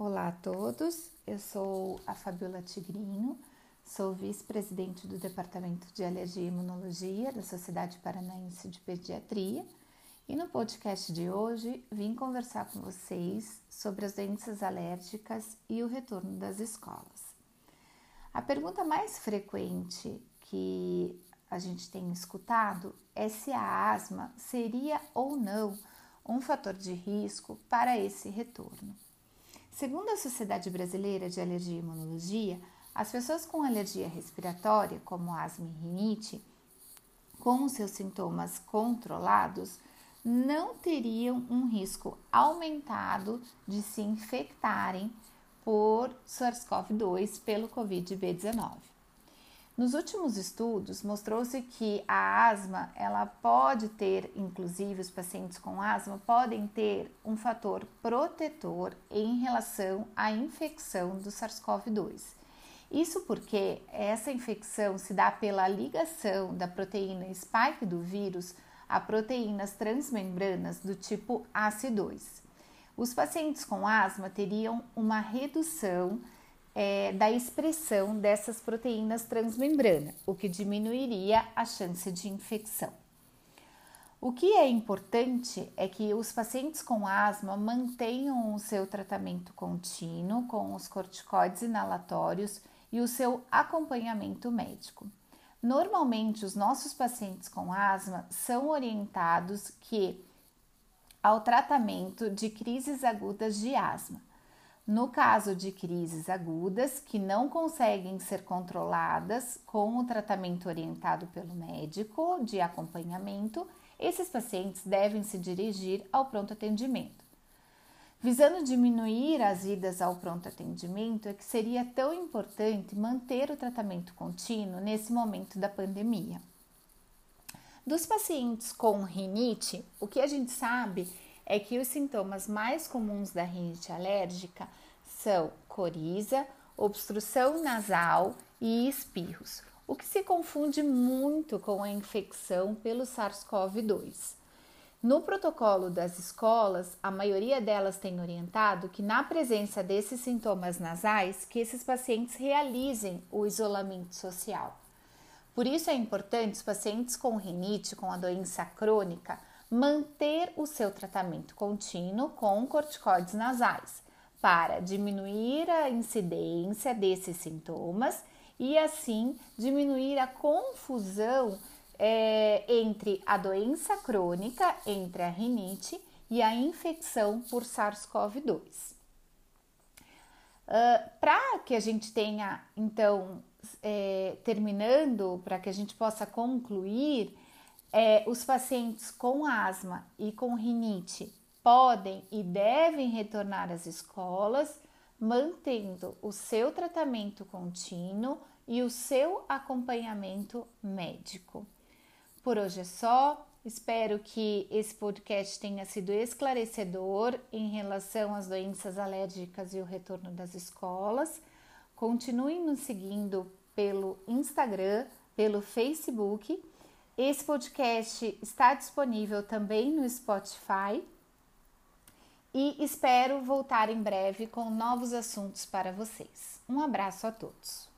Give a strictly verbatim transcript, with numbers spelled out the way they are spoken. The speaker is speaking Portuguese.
Olá a todos, eu sou a Fabiola Tigrinho, sou vice-presidente do Departamento de Alergia e Imunologia da Sociedade Paranaense de Pediatria e no podcast de hoje vim conversar com vocês sobre as doenças alérgicas e o retorno das escolas. A pergunta mais frequente que a gente tem escutado é se a asma seria ou não um fator de risco para esse retorno. Segundo a Sociedade Brasileira de Alergia e Imunologia, as pessoas com alergia respiratória, como asma e rinite, com os seus sintomas controlados, não teriam um risco aumentado de se infectarem por SARS-CoV dois pelo covid dezenove. Nos últimos estudos, mostrou-se que a asma, ela pode ter, inclusive os pacientes com asma, podem ter um fator protetor em relação à infecção do SARS-CoV dois. Isso porque essa infecção se dá pela ligação da proteína spike do vírus a proteínas transmembranas do tipo A C E dois. Os pacientes com asma teriam uma redução É, da expressão dessas proteínas transmembrana, o que diminuiria a chance de infecção. O que é importante é que os pacientes com asma mantenham o seu tratamento contínuo com os corticoides inalatórios e o seu acompanhamento médico. Normalmente, os nossos pacientes com asma são orientados que ao tratamento de crises agudas de asma. No caso de crises agudas que não conseguem ser controladas com o tratamento orientado pelo médico de acompanhamento, esses pacientes devem se dirigir ao pronto atendimento. Visando diminuir as idas ao pronto atendimento, é que seria tão importante manter o tratamento contínuo nesse momento da pandemia. Dos pacientes com rinite, o que a gente sabe é que os sintomas mais comuns da rinite alérgica são coriza, obstrução nasal e espirros, o que se confunde muito com a infecção pelo SARS-CoV dois. No protocolo das escolas, a maioria delas tem orientado que na presença desses sintomas nasais, que esses pacientes realizem o isolamento social. Por isso é importante os pacientes com rinite, com a doença crônica, manter o seu tratamento contínuo com corticoides nasais para diminuir a incidência desses sintomas e assim diminuir a confusão é, entre a doença crônica, entre a rinite e a infecção por SARS-CoV dois. Uh, para que a gente tenha, então, é, terminando, para que a gente possa concluir, É, os pacientes com asma e com rinite podem e devem retornar às escolas, mantendo o seu tratamento contínuo e o seu acompanhamento médico. Por hoje é só, espero que esse podcast tenha sido esclarecedor em relação às doenças alérgicas e o retorno das escolas. Continuem nos seguindo pelo Instagram, pelo Facebook. Esse podcast está disponível também no Spotify e espero voltar em breve com novos assuntos para vocês. Um abraço a todos.